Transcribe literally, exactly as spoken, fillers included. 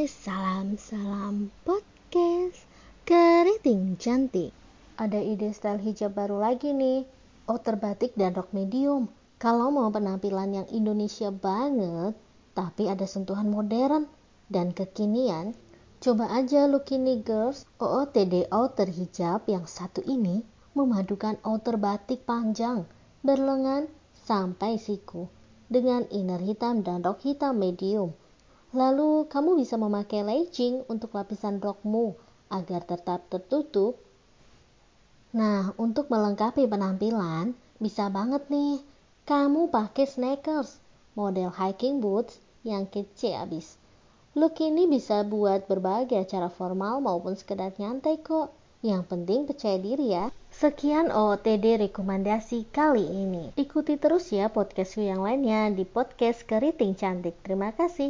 salam-salam podcast keriting cantik. Ada ide style hijab baru lagi nih, outer batik dan rok medium. Kalau mau penampilan yang Indonesia banget, tapi ada sentuhan modern dan kekinian, coba aja look ini girls. O O T D outer hijab yang satu ini memadukan outer batik panjang, berlengan sampai siku, dengan inner hitam dan rok hitam medium. Lalu kamu bisa memakai legging untuk lapisan rokmu agar tetap tertutup. Nah, untuk melengkapi penampilan, bisa banget nih kamu pakai sneakers, model hiking boots yang kece abis. Look ini bisa buat berbagai acara formal maupun sekedar nyantai kok. Yang penting percaya diri ya. Sekian O O T D rekomendasi kali ini. Ikuti terus ya podcastku yang lainnya di podcast Keriting Cantik. Terima kasih.